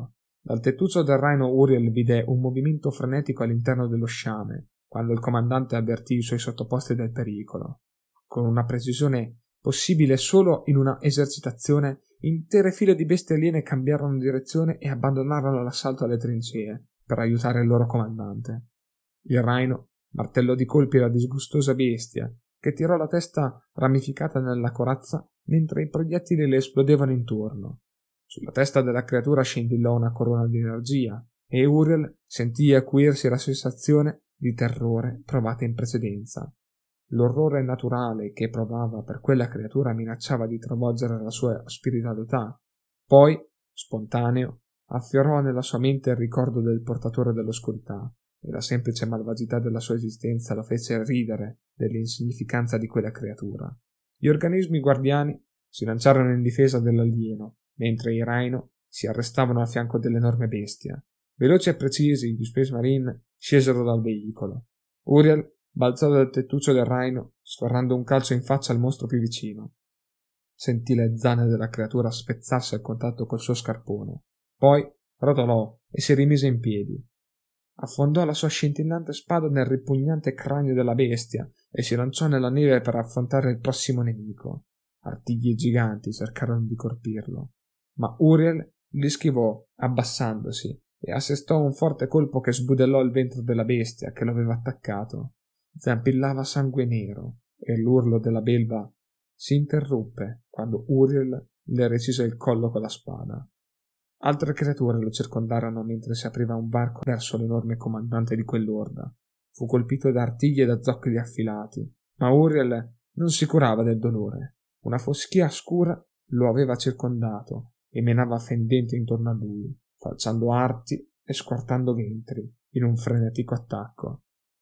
Dal tettuccio del Rhino Uriel vide un movimento frenetico all'interno dello sciame, quando il comandante avvertì i suoi sottoposti del pericolo. Con una precisione possibile solo in una esercitazione, intere file di bestie aliene cambiarono direzione e abbandonarono l'assalto alle trincee per aiutare il loro comandante. Il Rhino martellò di colpi la disgustosa bestia, che tirò la testa ramificata nella corazza mentre i proiettili le esplodevano intorno. Sulla testa della creatura scintillò una corona di energia e Uriel sentì acuirsi la sensazione di terrore provata in precedenza. L'orrore naturale che provava per quella creatura minacciava di travolgere la sua spiritualità. Poi, spontaneo, affiorò nella sua mente il ricordo del portatore dell'oscurità e la semplice malvagità della sua esistenza lo fece ridere dell'insignificanza di quella creatura. Gli organismi guardiani si lanciarono in difesa dell'alieno, mentre i Rhino si arrestavano a fianco dell'enorme bestia. Veloci e precisi, gli Space Marine scesero dal veicolo. Uriel balzò dal tettuccio del Rhino, sferrando un calcio in faccia al mostro più vicino. Sentì le zanne della creatura spezzarsi al contatto col suo scarpone. Poi rotolò e si rimise in piedi. Affondò la sua scintillante spada nel ripugnante cranio della bestia e si lanciò nella neve per affrontare il prossimo nemico. Artigli giganti cercarono di colpirlo, ma Uriel li schivò abbassandosi e assestò un forte colpo che sbudellò il ventre della bestia che lo aveva attaccato. Zampillava sangue nero e l'urlo della belva si interruppe quando Uriel le recise il collo con la spada. Altre creature lo circondarono mentre si apriva un varco verso l'enorme comandante di quell'orda. Fu colpito da artigli e da zoccoli affilati, ma Uriel non si curava del dolore. Una foschia scura lo aveva circondato e menava fendente intorno a lui, falciando arti e squartando ventri in un frenetico attacco.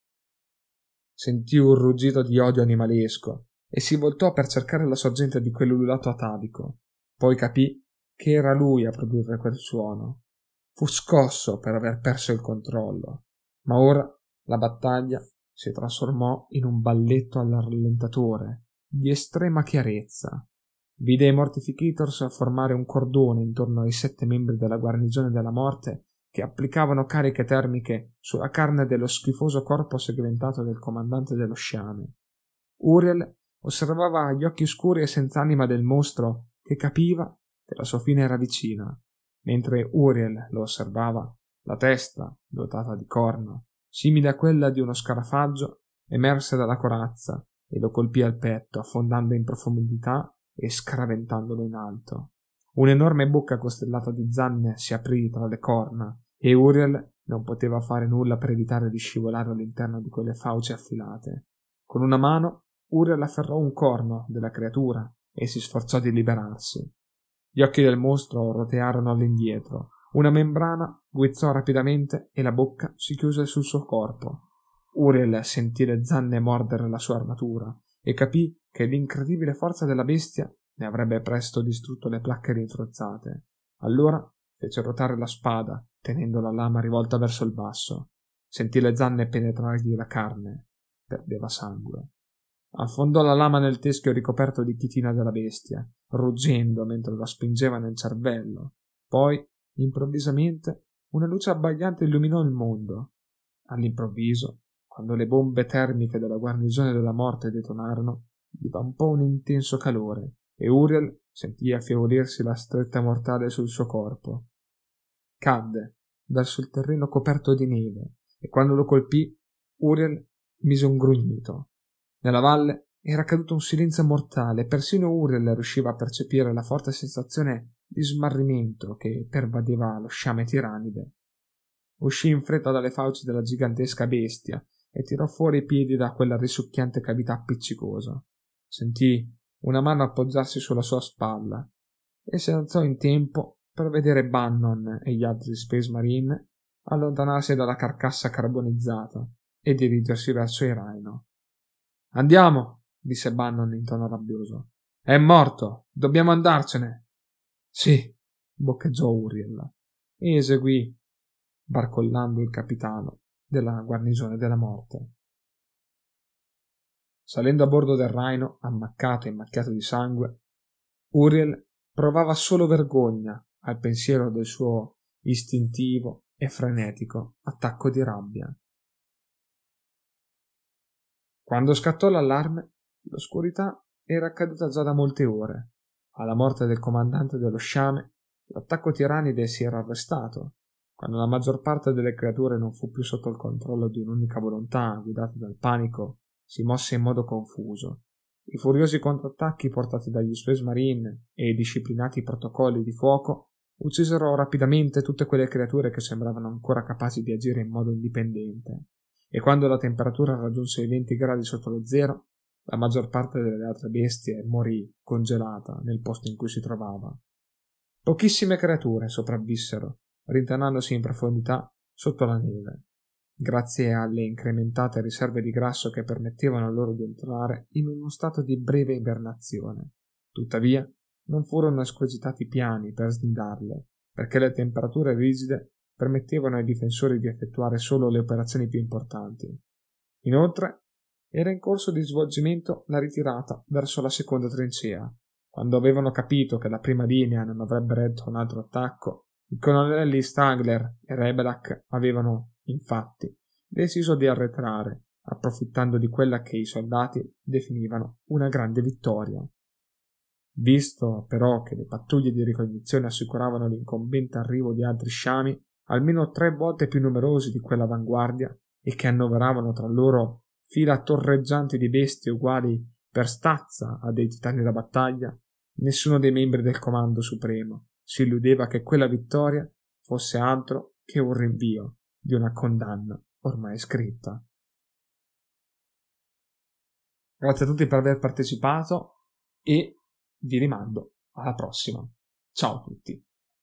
Sentì un ruggito di odio animalesco e si voltò per cercare la sorgente di quell'ululato atavico. Poi capì che era lui a produrre quel suono. Fu scosso per aver perso il controllo, ma ora la battaglia si trasformò in un balletto al rallentatore di estrema chiarezza. Vide i Mortificators formare un cordone intorno ai sette membri della guarnigione della morte che applicavano cariche termiche sulla carne dello schifoso corpo segmentato del comandante dello sciame. Uriel osservava gli occhi scuri e senza anima del mostro che capiva che la sua fine era vicina. Mentre Uriel lo osservava, la testa, dotata di corna, simile a quella di uno scarafaggio, emerse dalla corazza e lo colpì al petto, affondando in profondità e scraventandolo in alto. Un'enorme bocca costellata di zanne si aprì tra le corna e Uriel non poteva fare nulla per evitare di scivolare all'interno di quelle fauci affilate. Con una mano Uriel afferrò un corno della creatura e si sforzò di liberarsi. Gli occhi del mostro rotearono all'indietro, una membrana guizzò rapidamente e la bocca si chiuse sul suo corpo. Uriel sentì le zanne mordere la sua armatura e capì che l'incredibile forza della bestia ne avrebbe presto distrutto le placche rinforzate. Allora fece rotare la spada, tenendo la lama rivolta verso il basso. Sentì le zanne penetrargli la carne. Perdeva sangue. Affondò la lama nel teschio ricoperto di chitina della bestia, ruggendo mentre la spingeva nel cervello. Poi, improvvisamente, una luce abbagliante illuminò il mondo. All'improvviso, quando le bombe termiche della guarnigione della morte detonarono, divampò un intenso calore e Uriel sentì affievolirsi la stretta mortale sul suo corpo. Cadde verso il terreno coperto di neve e quando lo colpì, Uriel mise un grugnito. Nella valle era caduto un silenzio mortale e persino Uriel riusciva a percepire la forte sensazione di smarrimento che pervadeva lo sciame tirannide. Uscì in fretta dalle fauci della gigantesca bestia e tirò fuori i piedi da quella risucchiante cavità appiccicosa. Sentì una mano appoggiarsi sulla sua spalla e si alzò in tempo per vedere Bannon e gli altri Space Marine allontanarsi dalla carcassa carbonizzata e dirigersi verso i Rhino. «Andiamo!» disse Bannon in tono rabbioso. «È morto! Dobbiamo andarcene!» «Sì!» boccheggiò Uriel e eseguì, barcollando il capitano della guarnigione della morte. Salendo a bordo del Rhino, ammaccato e macchiato di sangue, Uriel provava solo vergogna al pensiero del suo istintivo e frenetico attacco di rabbia. Quando scattò l'allarme, l'oscurità era accaduta già da molte ore. Alla morte del comandante dello sciame, l'attacco tiranide si era arrestato. Quando la maggior parte delle creature non fu più sotto il controllo di un'unica volontà, guidata dal panico, si mosse in modo confuso. I furiosi contrattacchi portati dagli Space Marine e i disciplinati protocolli di fuoco uccisero rapidamente tutte quelle creature che sembravano ancora capaci di agire in modo indipendente, e quando la temperatura raggiunse i venti gradi sotto lo zero, la maggior parte delle altre bestie morì congelata nel posto in cui si trovava. Pochissime creature sopravvissero, rintanandosi in profondità sotto la neve, grazie alle incrementate riserve di grasso che permettevano loro di entrare in uno stato di breve ibernazione. Tuttavia, non furono escogitati piani per snidarle, perché le temperature rigide permettevano ai difensori di effettuare solo le operazioni più importanti. Inoltre, era in corso di svolgimento la ritirata verso la seconda trincea. Quando avevano capito che la prima linea non avrebbe retto un altro attacco, i colonnelli Stagler e Rebelak avevano, infatti, deciso di arretrare, approfittando di quella che i soldati definivano una grande vittoria. Visto però che le pattuglie di ricognizione assicuravano l'incombente arrivo di altri sciami, almeno tre volte più numerosi di quell'avanguardia, e che annoveravano tra loro fila torreggianti di bestie uguali per stazza a dei titani da battaglia, nessuno dei membri del comando supremo si illudeva che quella vittoria fosse altro che un rinvio di una condanna ormai scritta. Grazie a tutti per aver partecipato e vi rimando alla prossima. Ciao a tutti.